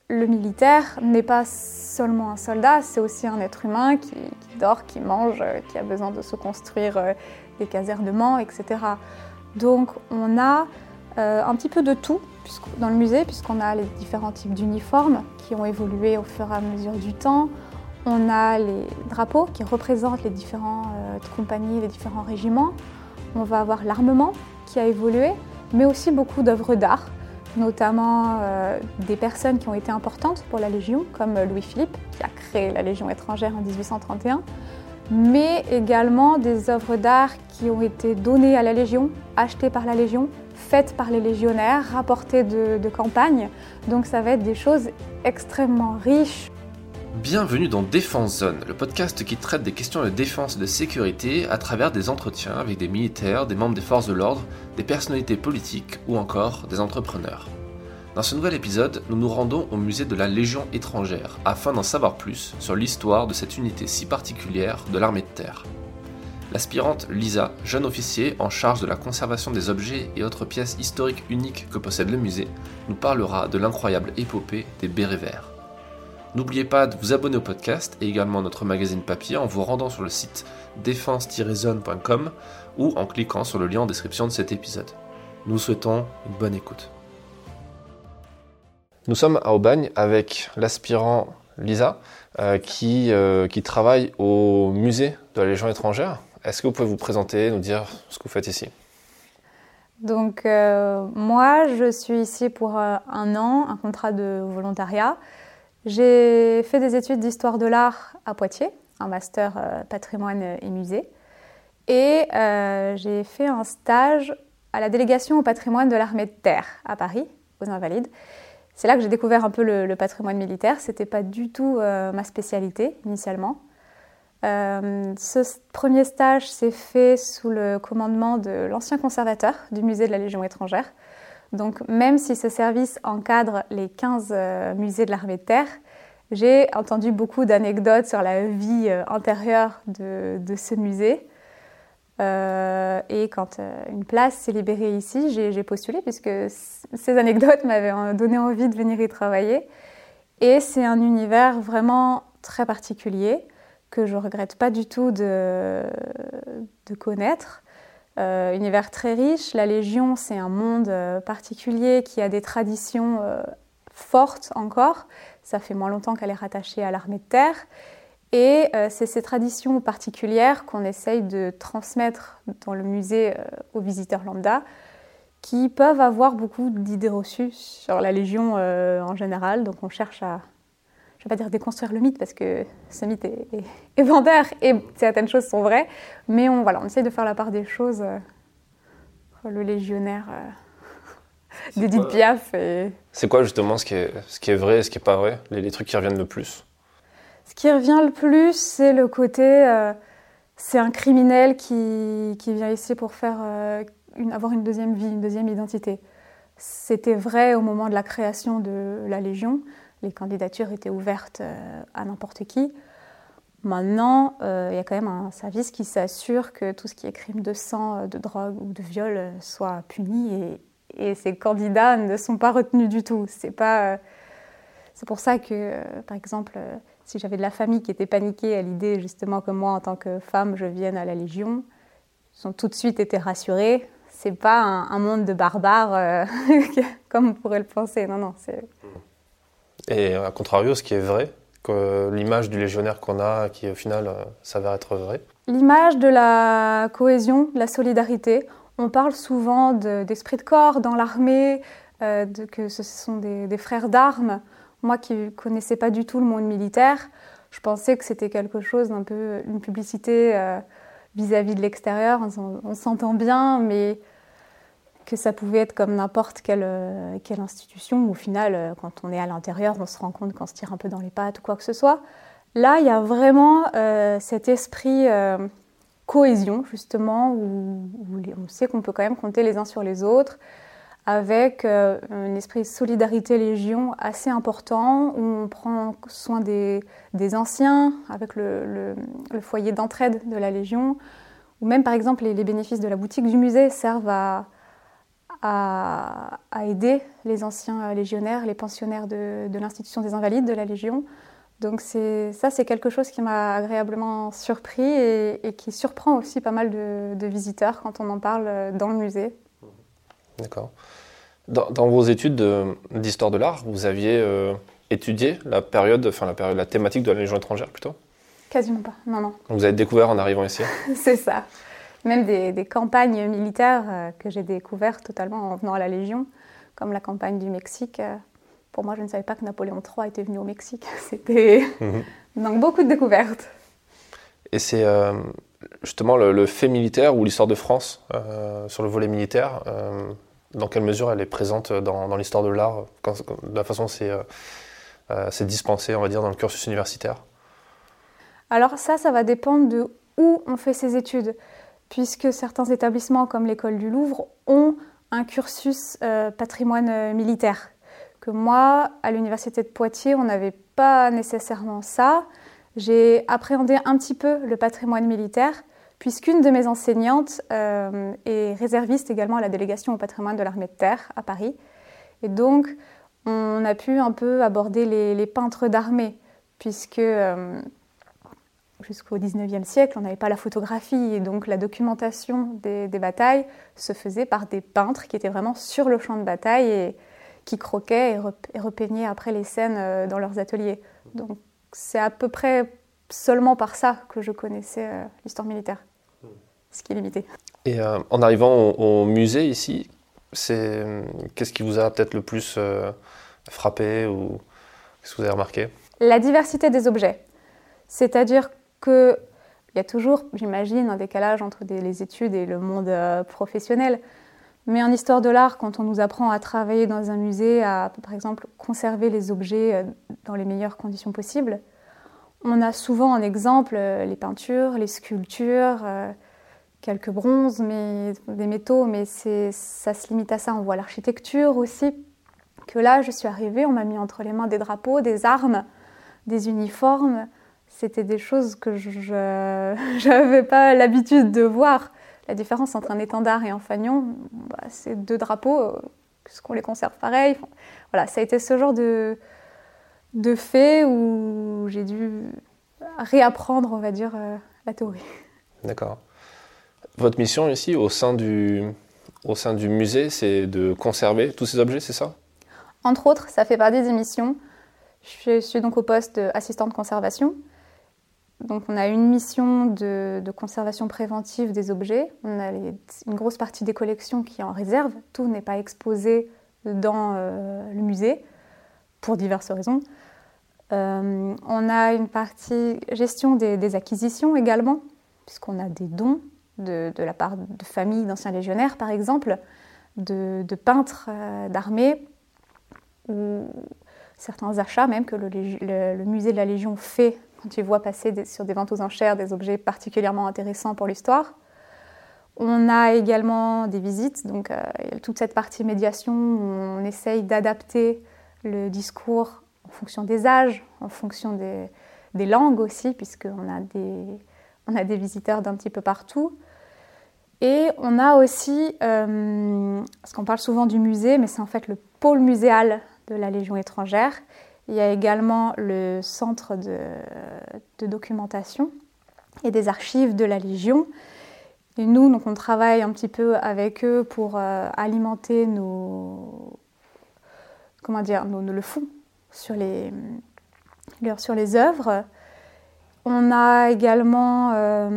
le militaire n'est pas seulement un soldat, c'est aussi un être humain qui dort, qui mange, qui a besoin de se construire des casernements, etc. Donc on a un petit peu de tout dans le musée, puisqu'on a les différents types d'uniformes qui ont évolué au fur et à mesure du temps. On a les drapeaux qui représentent les différentes compagnies, les différents régiments. On va avoir l'armement qui a évolué, mais aussi beaucoup d'œuvres d'art, notamment des personnes qui ont été importantes pour la Légion, comme Louis-Philippe, qui a créé la Légion étrangère en 1831, mais également des œuvres d'art qui ont été données à la Légion, achetées par la Légion, faites par les légionnaires, rapportées de campagne. Donc ça va être des choses extrêmement riches. Bienvenue dans Défense Zone, le podcast qui traite des questions de défense et de sécurité à travers des entretiens avec des militaires, des membres des forces de l'ordre, des personnalités politiques ou encore des entrepreneurs. Dans ce nouvel épisode, nous nous rendons au musée de la Légion étrangère afin d'en savoir plus sur l'histoire de cette unité si particulière de l'armée de terre. L'aspirante Lisa, jeune officier en charge de la conservation des objets et autres pièces historiques uniques que possède le musée, nous parlera de l'incroyable épopée des bérets verts. N'oubliez pas de vous abonner au podcast et également à notre magazine papier en vous rendant sur le site défense-zone.com ou en cliquant sur le lien en description de cet épisode. Nous vous souhaitons une bonne écoute. Nous sommes à Aubagne avec l'aspirant Lisa qui travaille au musée de la Légion étrangère. Est-ce que vous pouvez vous présenter, nous dire ce que vous faites ici ? Donc moi, je suis ici pour un an, un contrat de volontariat. J'ai fait des études d'histoire de l'art à Poitiers, un master patrimoine et musée. Et j'ai fait un stage à la délégation au patrimoine de l'armée de terre à Paris, aux Invalides. C'est là que j'ai découvert un peu le patrimoine militaire. C'était pas du tout ma spécialité initialement. Ce premier stage s'est fait sous le commandement de l'ancien conservateur du musée de la Légion étrangère. Donc même si ce service encadre les 15 musées de l'armée de terre, j'ai entendu beaucoup d'anecdotes sur la vie intérieure de ce musée. Et quand une place s'est libérée ici, j'ai postulé puisque ces anecdotes m'avaient donné envie de venir y travailler. Et c'est un univers vraiment très particulier que je ne regrette pas du tout de connaître. Univers très riche. La Légion, c'est un monde particulier qui a des traditions fortes encore. Ça fait moins longtemps qu'elle est rattachée à l'armée de terre. Et c'est ces traditions particulières qu'on essaye de transmettre dans le musée aux visiteurs lambda qui peuvent avoir beaucoup d'idées reçues sur la Légion en général. Donc on cherche à, je ne vais pas dire déconstruire le mythe parce que ce mythe est vendeur et certaines choses sont vraies, mais on essaie de faire la part des choses. Le légionnaire d'Édith Piaf. C'est quoi justement ce qui est vrai et ce qui n'est pas vrai, les trucs qui reviennent le plus ? Ce qui revient le plus, c'est le côté, c'est un criminel qui vient ici pour avoir une deuxième vie, une deuxième identité. C'était vrai au moment de la création de la Légion. Les candidatures étaient ouvertes à n'importe qui. Maintenant, il y a quand même un service qui s'assure que tout ce qui est crime de sang, de drogue ou de viol soit puni et ces candidats ne sont pas retenus du tout. C'est pour ça que, par exemple, si j'avais de la famille qui était paniquée à l'idée justement que moi, en tant que femme, je vienne à la Légion, ils ont tout de suite été rassurés. C'est pas un monde de barbares comme on pourrait le penser. Non, c'est... Et à contrario, ce qui est vrai, que l'image du légionnaire qu'on a, qui au final s'avère être vraie. L'image de la cohésion, de la solidarité. On parle souvent d'esprit de corps dans l'armée, que ce sont des frères d'armes. Moi qui ne connaissais pas du tout le monde militaire, je pensais que c'était quelque chose d'un peu une publicité vis-à-vis de l'extérieur. On s'entend bien, mais que ça pouvait être comme n'importe quelle institution. Au final, quand on est à l'intérieur, on se rend compte qu'on se tire un peu dans les pattes ou quoi que ce soit. Là, il y a vraiment cet esprit cohésion, justement, où on sait qu'on peut quand même compter les uns sur les autres, avec un esprit de solidarité Légion assez important, où on prend soin des anciens, avec le foyer d'entraide de la Légion, ou même, par exemple, les bénéfices de la boutique du musée servent à à aider les anciens légionnaires, les pensionnaires de l'institution des Invalides, de la Légion. Donc c'est quelque chose qui m'a agréablement surpris et qui surprend aussi pas mal de visiteurs quand on en parle dans le musée. D'accord. Dans vos études d'histoire de l'art, vous aviez étudié la thématique de la Légion étrangère plutôt ? Quasiment pas, non. Vous avez découvert en arrivant ici ? C'est ça. Même des campagnes militaires que j'ai découvertes totalement en venant à la Légion, comme la campagne du Mexique. Pour moi, je ne savais pas que Napoléon III était venu au Mexique. C'était donc beaucoup de découvertes. Et c'est justement le fait militaire ou l'histoire de France sur le volet militaire, dans quelle mesure elle est présente dans l'histoire de l'art, de la façon dont c'est dispensé, on va dire, dans le cursus universitaire ? Alors ça va dépendre de où on fait ses études, puisque certains établissements comme l'école du Louvre ont un cursus patrimoine militaire. Que moi, à l'université de Poitiers, on n'avait pas nécessairement ça. J'ai appréhendé un petit peu le patrimoine militaire, puisqu'une de mes enseignantes est réserviste également à la délégation au patrimoine de l'armée de terre à Paris. Et donc, on a pu un peu aborder les peintres d'armée, puisque jusqu'au XIXe siècle, on n'avait pas la photographie, et donc la documentation des batailles se faisait par des peintres qui étaient vraiment sur le champ de bataille et qui croquaient et repeignaient après les scènes dans leurs ateliers. Donc c'est à peu près seulement par ça que je connaissais l'histoire militaire, ce qui est limité. Et en arrivant au musée ici, qu'est-ce qui vous a peut-être le plus frappé ou qu'est-ce que vous avez remarqué ? La diversité des objets. C'est-à-dire qu'il y a toujours, j'imagine, un décalage entre les études et le monde professionnel. Mais en histoire de l'art, quand on nous apprend à travailler dans un musée, à, par exemple, conserver les objets dans les meilleures conditions possibles, on a souvent en exemple les peintures, les sculptures, quelques bronzes, des métaux, mais ça se limite à ça. On voit l'architecture aussi, que là, je suis arrivée, on m'a mis entre les mains des drapeaux, des armes, des uniformes. C'était des choses que je n'avais pas l'habitude de voir. La différence entre un étendard et un fanion, c'est deux drapeaux, est-ce qu'on les conserve pareil ? Voilà, ça a été ce genre de fait où j'ai dû réapprendre, on va dire, la théorie. D'accord. Votre mission ici, au sein du musée, c'est de conserver tous ces objets, c'est ça ? Entre autres, ça fait partie des missions. Je suis donc au poste d'assistant de conservation. Donc on a une mission de conservation préventive des objets. On a une grosse partie des collections qui est en réserve. Tout n'est pas exposé dans le musée, pour diverses raisons. On a une partie gestion des acquisitions également, puisqu'on a des dons de la part de familles d'anciens légionnaires, par exemple, de peintres d'armée, ou certains achats même que le musée de la Légion fait quand il voit passer sur des ventes aux enchères des objets particulièrement intéressants pour l'histoire. On a également des visites, donc toute cette partie médiation où on essaye d'adapter le discours en fonction des âges, en fonction des langues aussi, puisqu'on a des visiteurs d'un petit peu partout. Et on a aussi, parce qu'on parle souvent du musée, mais c'est en fait le pôle muséal de la Légion étrangère. Il y a également le centre de documentation et des archives de la Légion. Et nous, donc, on travaille un petit peu avec eux pour alimenter le fond sur les œuvres. On a également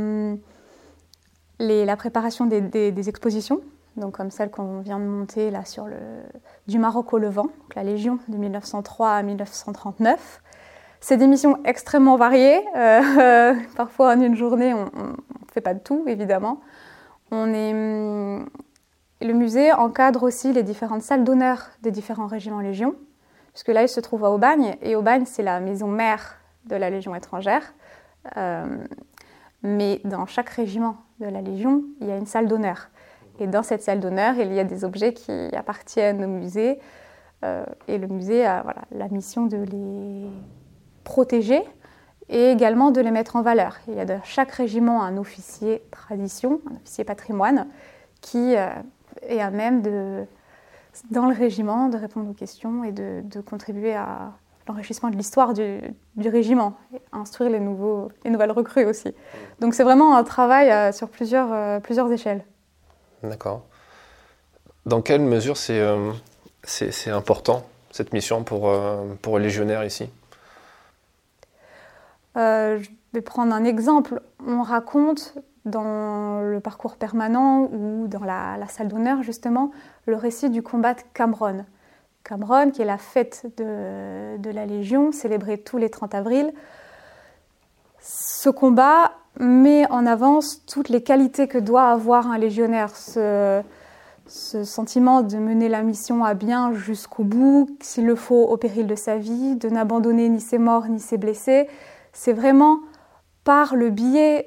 la préparation des expositions, donc comme celle qu'on vient de monter là du Maroc au Levant, donc la Légion de 1903 à 1939. C'est des missions extrêmement variées. Parfois en une journée, on ne fait pas de tout, évidemment. Le musée encadre aussi les différentes salles d'honneur des différents régiments Légion, puisque là, il se trouve à Aubagne, et Aubagne, c'est la maison mère de la Légion étrangère. Mais dans chaque régiment de la Légion, il y a une salle d'honneur. Et dans cette salle d'honneur, il y a des objets qui appartiennent au musée. Et le musée a la mission de les protéger et également de les mettre en valeur. Il y a dans chaque régiment un officier tradition, un officier patrimoine, qui et à même dans le régiment de répondre aux questions et de contribuer à l'enrichissement de l'histoire du régiment, et instruire les nouvelles recrues aussi. Donc c'est vraiment un travail sur plusieurs échelles. D'accord. Dans quelle mesure c'est important, cette mission pour les légionnaires ici ? Je vais prendre un exemple. On raconte dans le parcours permanent ou dans la salle d'honneur, justement, le récit du combat de Cambronne. Cambronne, qui est la fête de la Légion, célébrée tous les 30 avril. Ce combat met en avance toutes les qualités que doit avoir un légionnaire. Ce sentiment de mener la mission à bien jusqu'au bout, s'il le faut, au péril de sa vie, de n'abandonner ni ses morts ni ses blessés. C'est vraiment par le biais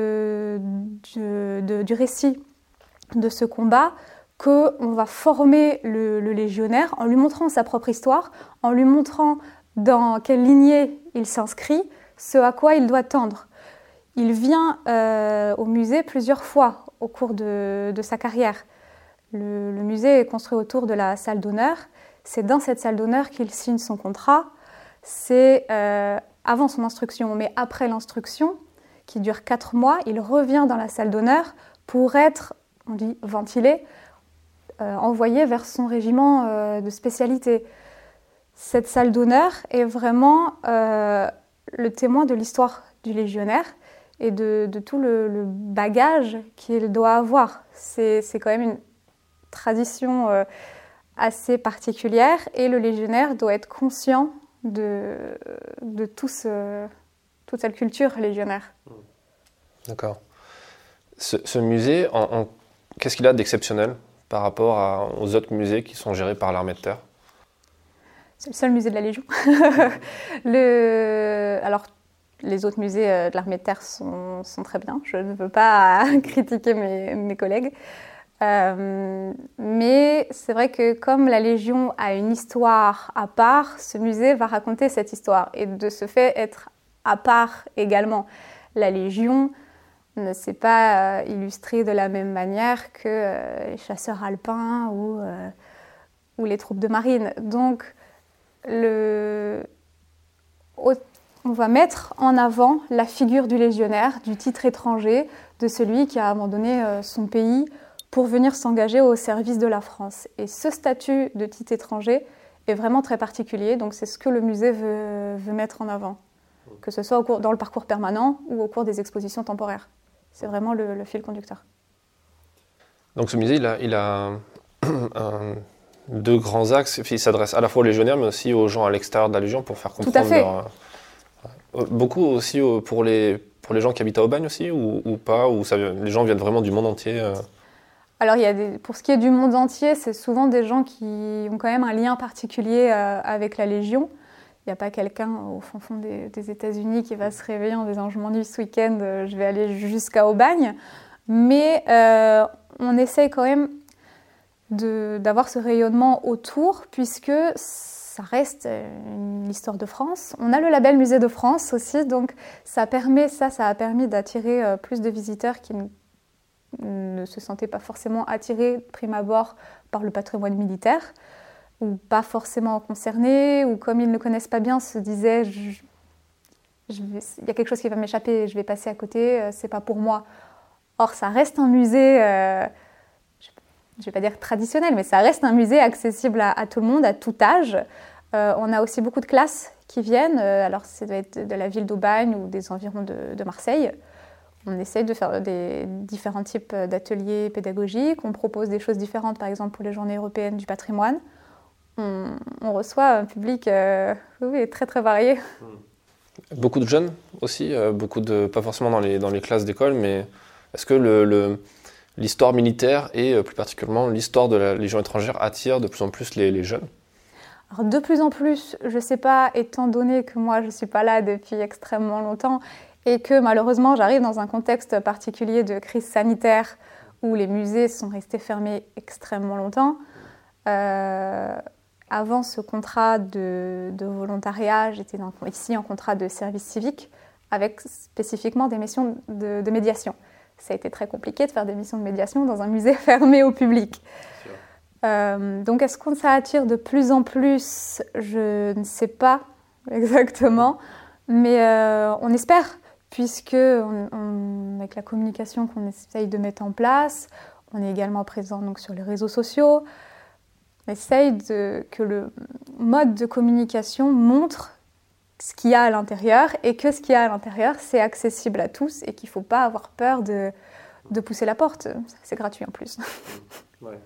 du récit de ce combat qu'on va former le légionnaire en lui montrant sa propre histoire, en lui montrant dans quelle lignée il s'inscrit, ce à quoi il doit tendre. Il vient au musée plusieurs fois au cours de sa carrière. Le musée est construit autour de la salle d'honneur. C'est dans cette salle d'honneur qu'il signe son contrat. C'est avant son instruction, mais après l'instruction, qui dure 4 mois, il revient dans la salle d'honneur pour être, on dit, ventilé, envoyé vers son régiment de spécialité. Cette salle d'honneur est vraiment le témoin de l'histoire du légionnaire et de tout le bagage qu'il doit avoir. C'est quand même une tradition assez particulière et le légionnaire doit être conscient de toute cette culture légionnaire. D'accord. Ce musée, qu'est-ce qu'il a d'exceptionnel par rapport aux autres musées qui sont gérés par l'armée de terre ? C'est le seul musée de la Légion. Alors, les autres musées de l'armée de terre sont très bien. Je ne veux pas critiquer mes collègues. Mais c'est vrai que comme la Légion a une histoire à part, ce musée va raconter cette histoire et de ce fait être à part également. La Légion ne s'est pas illustrée de la même manière que les chasseurs alpins ou les troupes de marine. Donc on va mettre en avant la figure du légionnaire, du titre étranger, de celui qui a abandonné son pays pour venir s'engager au service de la France. Et ce statut de titre étranger est vraiment très particulier, donc c'est ce que le musée veut mettre en avant, que ce soit dans le parcours permanent ou au cours des expositions temporaires. C'est vraiment le fil conducteur. Donc ce musée, il a deux grands axes. Il s'adresse à la fois aux légionnaires, mais aussi aux gens à l'extérieur de la Légion pour faire comprendre. Tout à fait. Beaucoup aussi pour les gens qui habitent à Aubagne aussi, ou pas, ou les gens viennent vraiment du monde entier Alors, pour ce qui est du monde entier, c'est souvent des gens qui ont quand même un lien particulier avec la Légion. Il n'y a pas quelqu'un au fond des États-Unis qui va se réveiller en disant « je m'ennuie ce week-end, je vais aller jusqu'à Aubagne ». Mais on essaye quand même d'avoir ce rayonnement autour, puisque ça reste une histoire de France. On a le label Musée de France aussi, donc ça a permis d'attirer plus de visiteurs qui ne se sentaient pas forcément attirés de prime abord par le patrimoine militaire, ou pas forcément concernés, ou comme ils ne connaissent pas bien, se disaient il y a quelque chose qui va m'échapper, je vais passer à côté, c'est pas pour moi. Or, ça reste un musée, je ne vais pas dire traditionnel, mais ça reste un musée accessible à tout le monde, à tout âge. On a aussi beaucoup de classes qui viennent, alors ça doit être de la ville d'Aubagne ou des environs de Marseille. On essaye de faire des différents types d'ateliers pédagogiques. On propose des choses différentes, par exemple pour les journées européennes du patrimoine. On reçoit un public très très varié. Beaucoup de jeunes aussi, pas forcément dans les classes d'école, mais est-ce que l'histoire militaire et plus particulièrement l'histoire de la Légion étrangère attire de plus en plus les jeunes ? Alors de plus en plus, je ne sais pas, étant donné que moi je ne suis pas là depuis extrêmement longtemps et que malheureusement j'arrive dans un contexte particulier de crise sanitaire où les musées sont restés fermés extrêmement longtemps. Avant ce contrat de volontariat, j'étais ici en contrat de service civique avec spécifiquement des missions de médiation. ça a été très compliqué de faire des missions de médiation dans un musée fermé au public. Donc est-ce que ça attire de plus en plus? Je ne sais pas exactement, mais on espère, puisque avec la communication qu'on essaye de mettre en place, on est également présent donc, sur les réseaux sociaux, on essaye que le mode de communication montre ce qu'il y a à l'intérieur et que ce qu'il y a à l'intérieur, c'est accessible à tous et qu'il ne faut pas avoir peur de pousser la porte. C'est gratuit en plus. Ouais.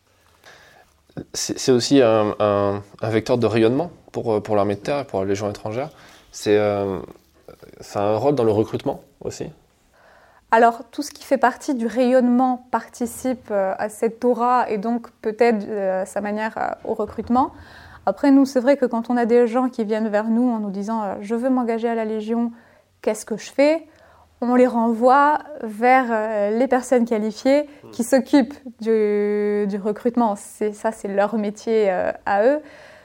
C'est aussi un vecteur de rayonnement pour l'armée de terre et pour la Légion étrangère. Ça a un rôle dans le recrutement aussi? Alors, tout ce qui fait partie du rayonnement participe à cette aura et donc peut-être à sa manière au recrutement. Après, nous, c'est vrai que quand on a des gens qui viennent vers nous en nous disant « je veux m'engager à la Légion, qu'est-ce que je fais ?» on les renvoie vers les personnes qualifiées qui s'occupent du recrutement. C'est leur métier à eux.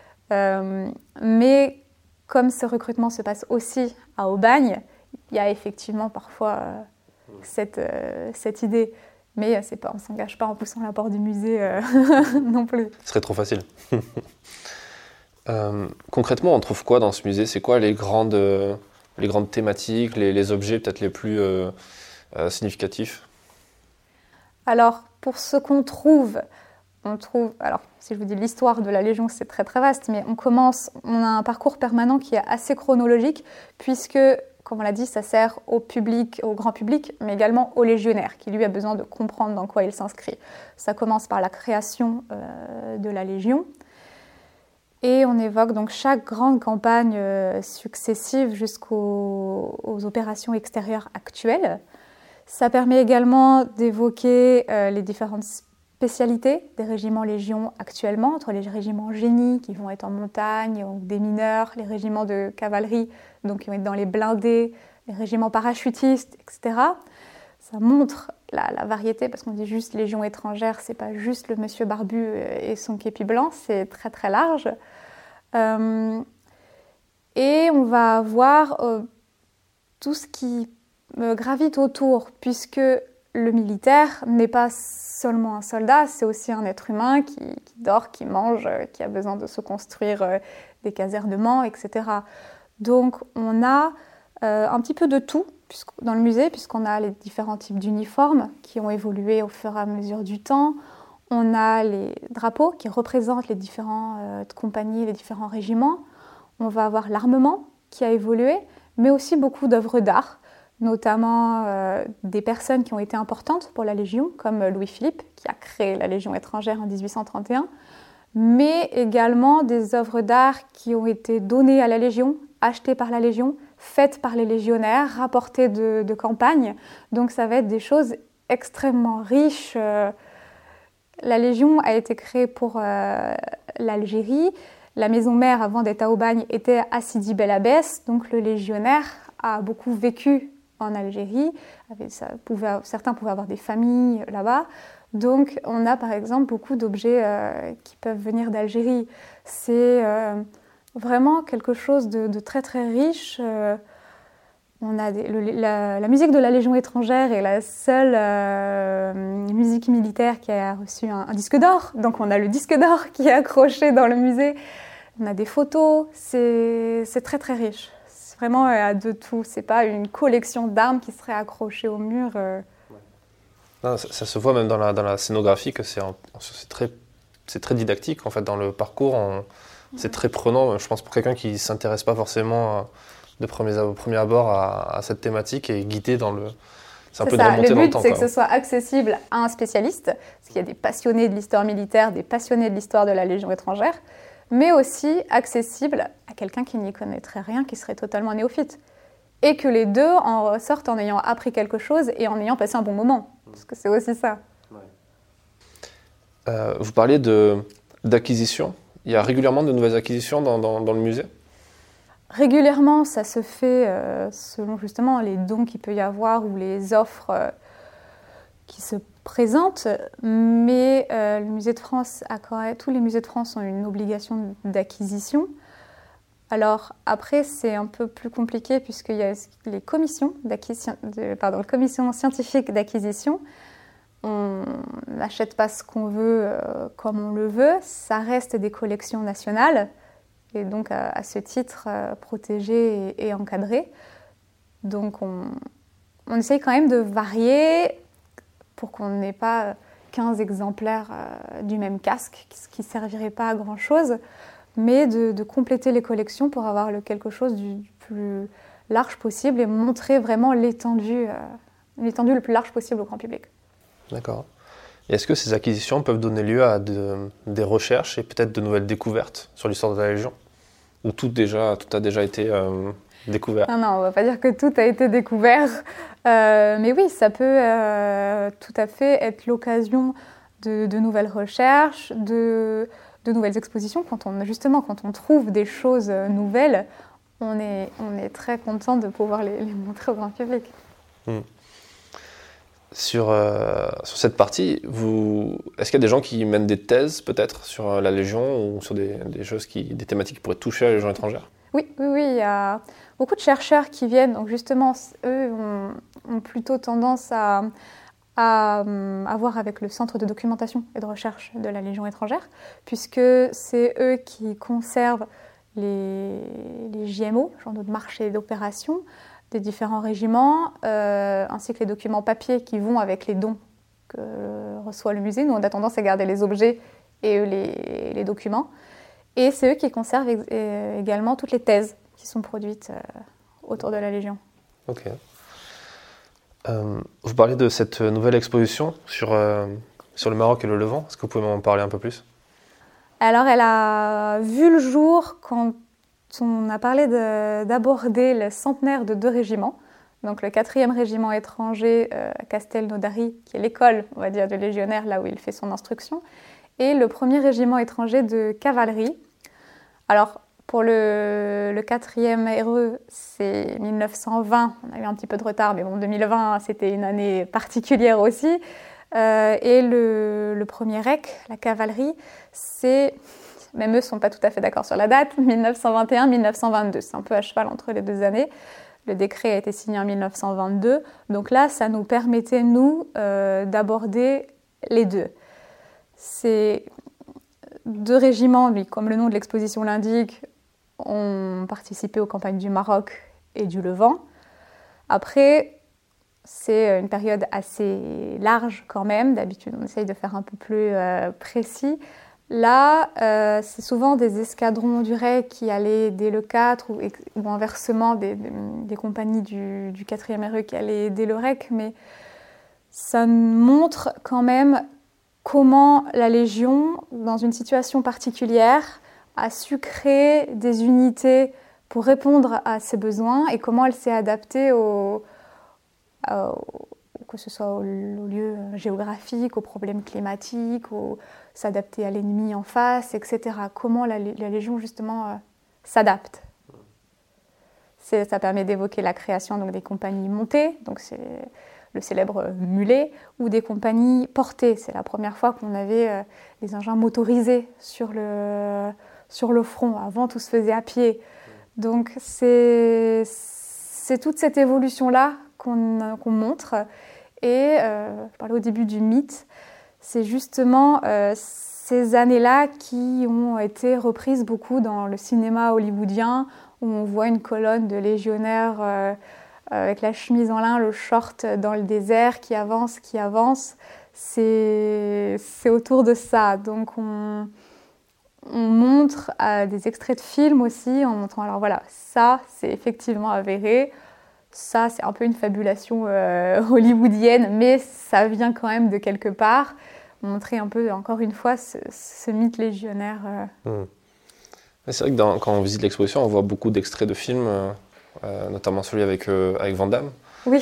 Mais comme ce recrutement se passe aussi à Aubagne, il y a effectivement parfois cette idée. Mais on ne s'engage pas en poussant la porte du musée non plus. Ce serait trop facile. Concrètement, on trouve quoi dans ce musée? C'est quoi les grandes thématiques, les objets peut-être les plus significatifs? Alors, pour ce qu'on trouve, alors si je vous dis l'histoire de la Légion, c'est très très vaste, mais on a un parcours permanent qui est assez chronologique, puisque, comme on l'a dit, ça sert au grand public, mais également aux légionnaires, qui lui a besoin de comprendre dans quoi il s'inscrit. Ça commence par la création de la Légion, et on évoque donc chaque grande campagne successive jusqu'aux opérations extérieures actuelles. Ça permet également d'évoquer les différentes spécialités des régiments Légion actuellement, entre les régiments génie qui vont être en montagne, ou des mineurs, les régiments de cavalerie donc qui vont être dans les blindés, les régiments parachutistes, etc. Ça montre la variété, parce qu'on dit juste Légion étrangère, c'est pas juste le monsieur barbu et son képi blanc, c'est très très large. Et on va voir tout ce qui gravite autour, puisque le militaire n'est pas seulement un soldat, c'est aussi un être humain qui dort, qui mange, qui a besoin de se construire des casernements, etc. Donc on a un petit peu de tout dans le musée, puisqu'on a les différents types d'uniformes qui ont évolué au fur et à mesure du temps. On a les drapeaux qui représentent les différentes compagnies, les différents régiments. On va avoir l'armement qui a évolué, mais aussi beaucoup d'œuvres d'art, notamment des personnes qui ont été importantes pour la Légion, comme Louis-Philippe, qui a créé la Légion étrangère en 1831, mais également des œuvres d'art qui ont été données à la Légion, achetées par la Légion, faites par les légionnaires, rapportées de campagne. Donc ça va être des choses extrêmement riches. La Légion a été créée pour l'Algérie. La maison mère, avant d'être à Aubagne, était à Sidi Bel Abbès. Donc le légionnaire a beaucoup vécu en Algérie. Certains pouvaient avoir des familles là-bas. Donc on a par exemple beaucoup d'objets qui peuvent venir d'Algérie. C'est vraiment quelque chose de très très riche. On a la musique de la Légion étrangère est la seule musique militaire qui a reçu un disque d'or. Donc on a le disque d'or qui est accroché dans le musée. On a des photos, c'est très très riche. C'est vraiment de tout. C'est pas une collection d'armes qui serait accrochée au mur. Non, ça se voit même dans la scénographie que c'est très didactique en fait dans le parcours. C'est très prenant, je pense, pour quelqu'un qui ne s'intéresse pas forcément au premier abord à cette thématique et guidé dans le... C'est un peu de remonter dans le temps. Le but, c'est que ce soit accessible à un spécialiste, parce qu'il y a des passionnés de l'histoire militaire, des passionnés de l'histoire de la Légion étrangère, mais aussi accessible à quelqu'un qui n'y connaîtrait rien, qui serait totalement néophyte. Et que les deux en ressortent en ayant appris quelque chose et en ayant passé un bon moment, parce que c'est aussi ça. Ouais. Vous parliez d'acquisition. Il y a régulièrement de nouvelles acquisitions dans le musée? Régulièrement, ça se fait selon justement les dons qu'il peut y avoir ou les offres qui se présentent. Mais le musée de France tous les musées de France ont une obligation d'acquisition. Alors après, c'est un peu plus compliqué puisqu'il y a les commissions scientifiques d'acquisition. On n'achète pas ce qu'on veut comme on le veut. Ça reste des collections nationales et donc à ce titre protégées et encadrées. Donc on essaye quand même de varier pour qu'on n'ait pas 15 exemplaires du même casque, ce qui ne servirait pas à grand-chose, mais de compléter les collections pour avoir quelque chose du plus large possible et montrer vraiment l'étendue le plus large possible au grand public. D'accord. Et est-ce que ces acquisitions peuvent donner lieu à des recherches et peut-être de nouvelles découvertes sur l'histoire de la Légion ? Ou tout a déjà été découvert ? Non, on ne va pas dire que tout a été découvert. Mais oui, ça peut tout à fait être l'occasion de nouvelles recherches, de nouvelles expositions. Quand on trouve des choses nouvelles, on est très content de pouvoir les montrer au grand public. Sur cette partie, est-ce qu'il y a des gens qui mènent des thèses peut-être sur la Légion ou sur des choses des thématiques qui pourraient toucher à la Légion étrangère ? Oui, il y a beaucoup de chercheurs qui viennent. Donc justement, eux ont plutôt tendance à voir avec le Centre de documentation et de recherche de la Légion étrangère, puisque c'est eux qui conservent les JMO, genre de marché d'opération, des différents régiments, ainsi que les documents papier qui vont avec les dons que reçoit le musée. Nous, on a tendance à garder les objets et eux les documents. Et c'est eux qui conservent également toutes les thèses qui sont produites autour de la Légion. Ok. Vous parlez de cette nouvelle exposition sur le Maroc et le Levant. Est-ce que vous pouvez m'en parler un peu plus ? Alors, elle a vu le jour quand on a parlé d'aborder le centenaire de 2 régiments. Donc le 4e régiment étranger à Castelnaudary, qui est l'école, on va dire, de légionnaire, là où il fait son instruction, et le 1er régiment étranger de cavalerie. Alors, pour le 4e RE, c'est 1920, on a eu un petit peu de retard, mais bon, 2020, c'était une année particulière aussi. Et le 1er REC, la cavalerie, même eux ne sont pas tout à fait d'accord sur la date, 1921-1922, c'est un peu à cheval entre les 2 années. Le décret a été signé en 1922, donc là, ça nous permettait, nous, d'aborder les deux. Ces 2 régiments, comme le nom de l'exposition l'indique, ont participé aux campagnes du Maroc et du Levant. Après, c'est une période assez large quand même. D'habitude, on essaye de faire un peu plus précis. Là, c'est souvent des escadrons du REC qui allaient dès le 4 ou inversement des compagnies du 4e RE qui allaient dès le REC, mais ça montre quand même comment la Légion, dans une situation particulière, a su créer des unités pour répondre à ses besoins et comment elle s'est adaptée que ce soit au lieu géographique, aux problèmes climatiques, s'adapter à l'ennemi en face, etc. Comment la Légion, justement, s'adapte. Ça permet d'évoquer la création donc, des compagnies montées, donc c'est le célèbre mulet, ou des compagnies portées. C'est la première fois qu'on avait des engins motorisés sur le front. Avant, tout se faisait à pied. Donc, c'est toute cette évolution-là qu'on montre. Et je parlais au début du mythe, c'est justement ces années-là qui ont été reprises beaucoup dans le cinéma hollywoodien, où on voit une colonne de légionnaires avec la chemise en lin, le short dans le désert qui avance. C'est autour de ça. Donc on montre des extraits de films aussi, en montrant, alors voilà, ça c'est effectivement avéré. Ça, c'est un peu une fabulation hollywoodienne, mais ça vient quand même de quelque part. Montrer un peu, encore une fois, ce mythe légionnaire. C'est vrai que quand on visite l'exposition, on voit beaucoup d'extraits de films, notamment celui avec Van Damme. Oui,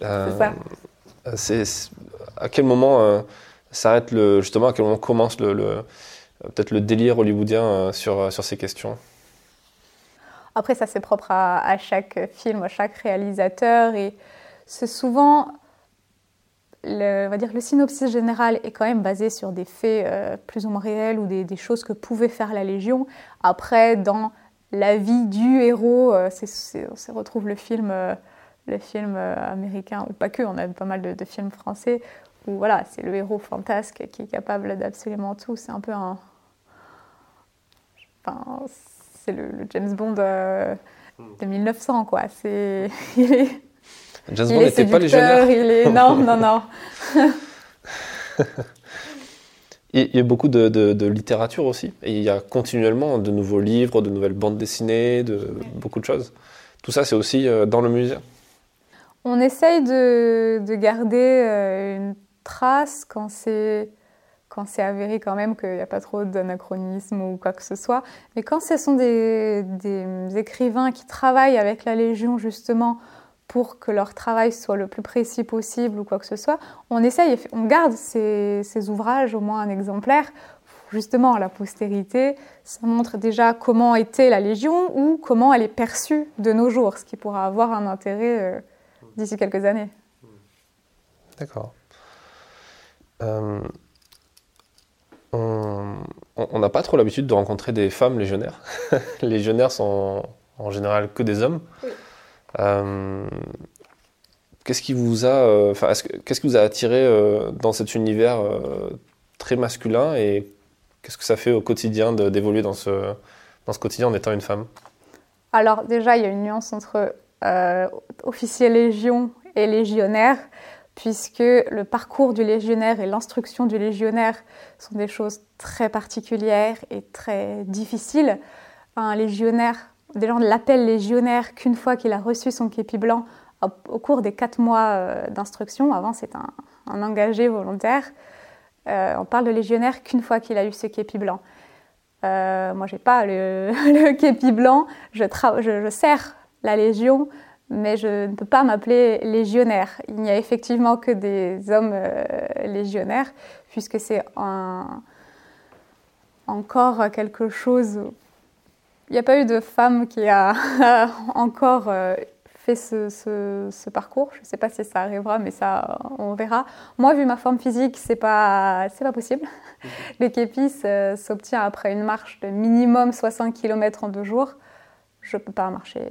c'est ça. À quel moment s'arrête justement, à quel moment commence peut-être le délire hollywoodien sur ces questions ? Après, ça, c'est propre à chaque film, à chaque réalisateur. Et c'est souvent, on va dire, le synopsis général est quand même basé sur des faits plus ou moins réels ou des choses que pouvait faire la Légion. Après, dans la vie du héros. On retrouve le film américain, ou pas que, on a pas mal de films français, où voilà, c'est le héros fantasque qui est capable d'absolument tout. C'est un peu c'est le James Bond de 1900, quoi. James Bond n'était pas légionnaire. Non. Il y a beaucoup de littérature aussi, et il y a continuellement de nouveaux livres, de nouvelles bandes dessinées, beaucoup de choses. Tout ça, c'est aussi dans le musée. On essaye de garder une trace quand c'est avéré quand même qu'il n'y a pas trop d'anachronisme ou quoi que ce soit. Mais quand ce sont des écrivains qui travaillent avec la Légion justement pour que leur travail soit le plus précis possible ou quoi que ce soit, on garde ces ouvrages, au moins un exemplaire, justement à la postérité. Ça montre déjà comment était la Légion ou comment elle est perçue de nos jours, ce qui pourra avoir un intérêt d'ici quelques années. D'accord. On n'a pas trop l'habitude de rencontrer des femmes légionnaires. Les légionnaires sont en général que des hommes. Oui. Qu'est-ce qui vous a attiré dans cet univers très masculin, et qu'est-ce que ça fait au quotidien d'évoluer dans ce quotidien en étant une femme? Alors déjà, il y a une nuance entre officier légion et légionnaire, puisque le parcours du légionnaire et l'instruction du légionnaire sont des choses très particulières et très difficiles. Un légionnaire, des gens l'appellent légionnaire qu'une fois qu'il a reçu son képi blanc au cours des 4 mois d'instruction. Avant, c'est un engagé volontaire. On parle de légionnaire qu'une fois qu'il a eu ce képi blanc. Moi, je n'ai pas le képi blanc. Je sers la Légion, mais je ne peux pas m'appeler légionnaire. Il n'y a effectivement que des hommes légionnaires, puisque c'est encore quelque chose... Il n'y a pas eu de femme qui a encore fait ce parcours. Je ne sais pas si ça arrivera, mais ça, on verra. Moi, vu ma forme physique, c'est pas possible. Le képi s'obtient après une marche de minimum 60 km en 2 jours. Je ne peux pas marcher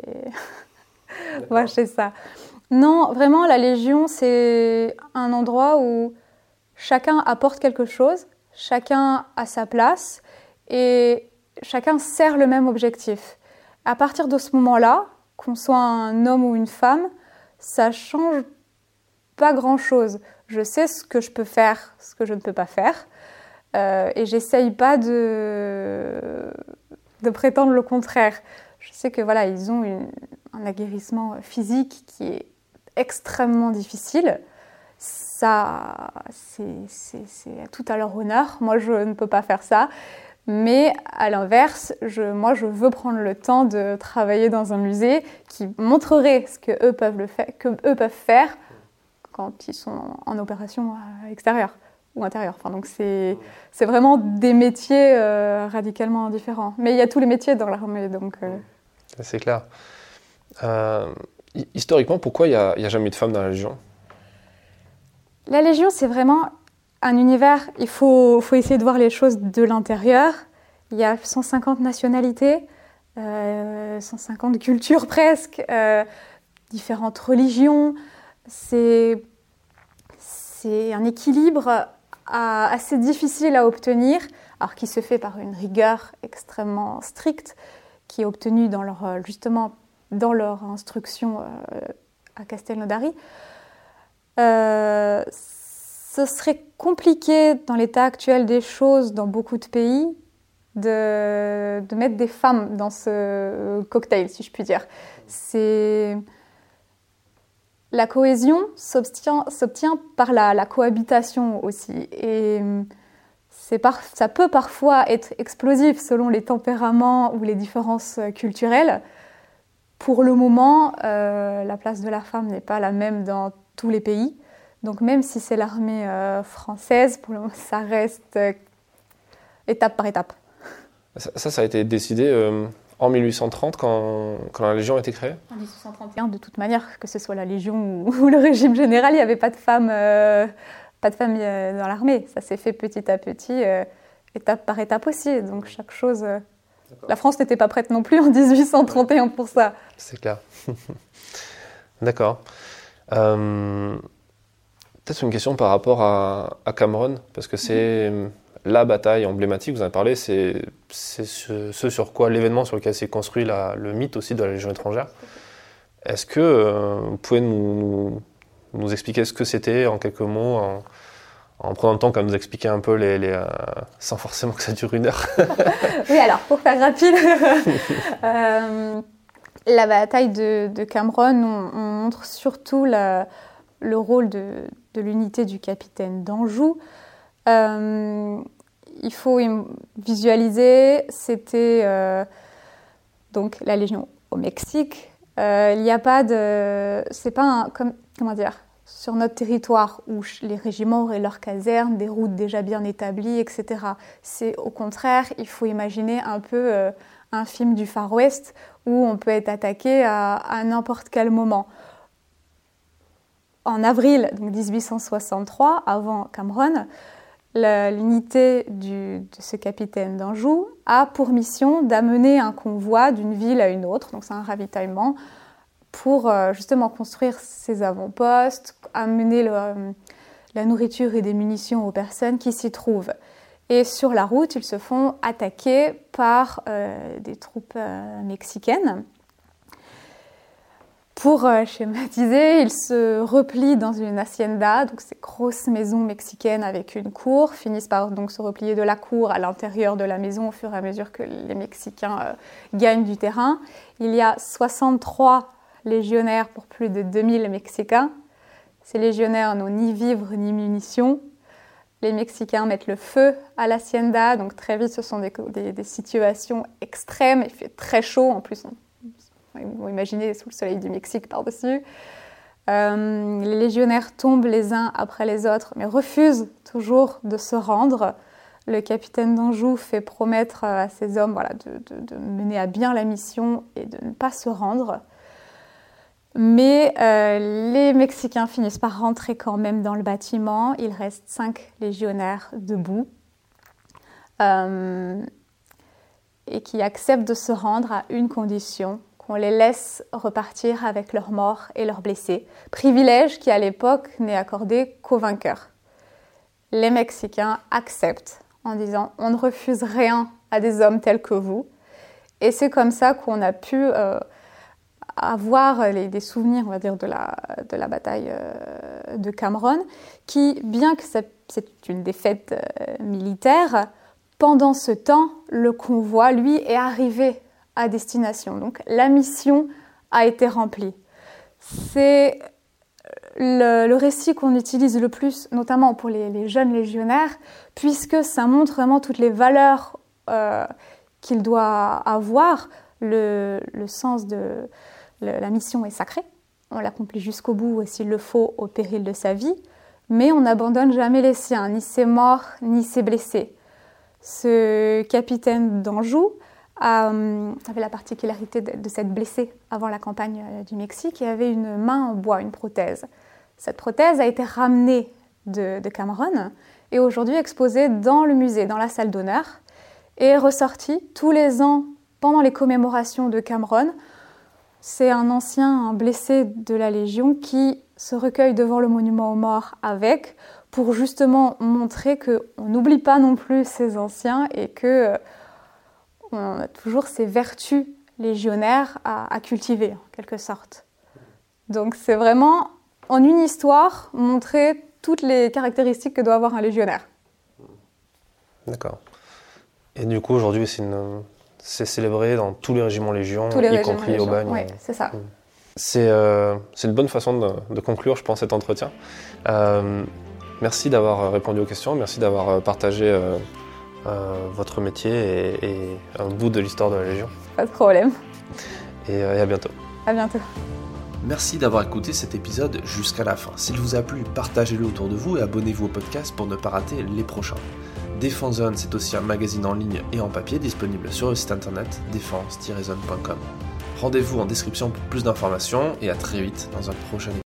ça. Non, vraiment, la Légion, c'est un endroit où chacun apporte quelque chose, chacun a sa place et chacun sert le même objectif. À partir de ce moment-là, qu'on soit un homme ou une femme, ça ne change pas grand-chose. Je sais ce que je peux faire, ce que je ne peux pas faire, et j'essaye pas de prétendre le contraire. Je sais que voilà, ils ont un aguerrissement physique qui est extrêmement difficile. Ça, c'est tout à leur honneur. Moi, je ne peux pas faire ça. Mais à l'inverse, moi, je veux prendre le temps de travailler dans un musée qui montrerait ce que eux peuvent faire quand ils sont en opération extérieure ou intérieure. Enfin, donc c'est vraiment des métiers radicalement différents. Mais il y a tous les métiers dans l'armée, donc... C'est clair. Historiquement, pourquoi il n'y a jamais eu de femmes dans la Légion? La Légion, c'est vraiment un univers, il faut essayer de voir les choses de l'intérieur. Il y a 150 nationalités, 150 cultures presque, différentes religions. C'est un équilibre assez difficile à obtenir, alors qui se fait par une rigueur extrêmement stricte, qui est obtenue justement dans leur instruction à Castelnaudary. Ce serait compliqué dans l'état actuel des choses dans beaucoup de pays de mettre des femmes dans ce cocktail, si je puis dire. La cohésion s'obtient par la cohabitation aussi. Et ça peut parfois être explosif selon les tempéraments ou les différences culturelles. Pour le moment, la place de la femme n'est pas la même dans tous les pays. Donc même si c'est l'armée française, pour le moment, ça reste étape par étape. Ça a été décidé en 1830 quand la Légion a été créée? En 1831, de toute manière, que ce soit la Légion ou le régime général, il n'y avait pas de femmes dans l'armée. Ça s'est fait petit à petit, étape par étape aussi. Donc chaque chose D'accord. La France n'était pas prête non plus en 1831 pour ça. C'est clair. D'accord. Peut-être une question par rapport à Cambronne, parce que c'est la bataille emblématique, vous en avez parlé, c'est ce sur quoi, l'événement sur lequel s'est construit le mythe aussi de la Légion étrangère. Est-ce que vous pouvez nous expliquer ce que c'était en quelques mots, en prenant le temps quand nous expliquer un peu sans forcément que ça dure 1 heure. Oui, alors pour faire rapide, la bataille de Cambronne, on montre surtout le rôle de l'unité du capitaine d'Anjou. Il faut visualiser, c'était donc la Légion au Mexique. Il n'y a pas de... C'est pas comment dire, sur notre territoire où les régiments auraient leurs casernes, des routes déjà bien établies, etc. C'est au contraire, il faut imaginer un peu un film du Far West où on peut être attaqué à n'importe quel moment. En avril donc 1863, avant Cambronne, l'unité de ce capitaine d'Anjou a pour mission d'amener un convoi d'une ville à une autre, donc c'est un ravitaillement, pour justement construire ses avant-postes, amener la nourriture et des munitions aux personnes qui s'y trouvent. Et sur la route, ils se font attaquer par des troupes mexicaines. Pour schématiser, ils se replient dans une hacienda, donc ces grosses maisons mexicaines avec une cour, finissent par donc se replier de la cour à l'intérieur de la maison au fur et à mesure que les Mexicains gagnent du terrain. Il y a 63 légionnaires pour plus de 2000 Mexicains. Ces légionnaires n'ont ni vivres ni munitions. Les Mexicains mettent le feu à l'hacienda, donc très vite ce sont des situations extrêmes, il fait très chaud en plus. Vous imaginez sous le soleil du Mexique par-dessus. Les légionnaires tombent les uns après les autres, mais refusent toujours de se rendre. Le capitaine d'Anjou fait promettre à ses hommes de mener à bien la mission et de ne pas se rendre. Mais les Mexicains finissent par rentrer quand même dans le bâtiment. Il reste 5 légionnaires debout et qui acceptent de se rendre à une condition, qu'on les laisse repartir avec leurs morts et leurs blessés. Privilège qui, à l'époque, n'est accordé qu'aux vainqueurs. Les Mexicains acceptent en disant « on ne refuse rien à des hommes tels que vous ». Et c'est comme ça qu'on a pu avoir des souvenirs, on va dire, de la bataille de Cambronne, qui, bien que c'est une défaite militaire, pendant ce temps, le convoi, lui, est arrivé à destination. Donc la mission a été remplie. C'est le récit qu'on utilise le plus, notamment pour les jeunes légionnaires, puisque ça montre vraiment toutes les valeurs qu'il doit avoir. Le sens de la mission est sacré. On l'accomplit jusqu'au bout et s'il le faut au péril de sa vie, mais on n'abandonne jamais les siens, ni ses morts, ni ses blessés. Ce capitaine d'Anjou avait la particularité de s'être blessé avant la campagne du Mexique et avait une main en bois, une prothèse. Cette prothèse a été ramenée de Cambronne et aujourd'hui exposée dans le musée, dans la salle d'honneur, et ressortie tous les ans pendant les commémorations de Cambronne. C'est un ancien blessé de la Légion qui se recueille devant le monument aux morts avec, pour justement montrer qu'on n'oublie pas non plus ces anciens et que on a toujours ces vertus légionnaires à cultiver, en quelque sorte. Donc c'est vraiment, en une histoire, montrer toutes les caractéristiques que doit avoir un légionnaire. D'accord. Et du coup, aujourd'hui, c'est célébré dans tous les régiments Légion, y compris au Bagne. Oui, c'est ça. C'est une bonne façon de conclure, je pense, cet entretien. Merci d'avoir répondu aux questions, merci d'avoir partagé votre métier et un bout de l'histoire de la Légion. Pas de problème. Et à bientôt. À bientôt. Merci d'avoir écouté cet épisode jusqu'à la fin. S'il vous a plu, partagez-le autour de vous et abonnez-vous au podcast pour ne pas rater les prochains. Défense Zone, c'est aussi un magazine en ligne et en papier disponible sur le site internet défense-zone.com. Rendez-vous en description pour plus d'informations et à très vite dans un prochain épisode.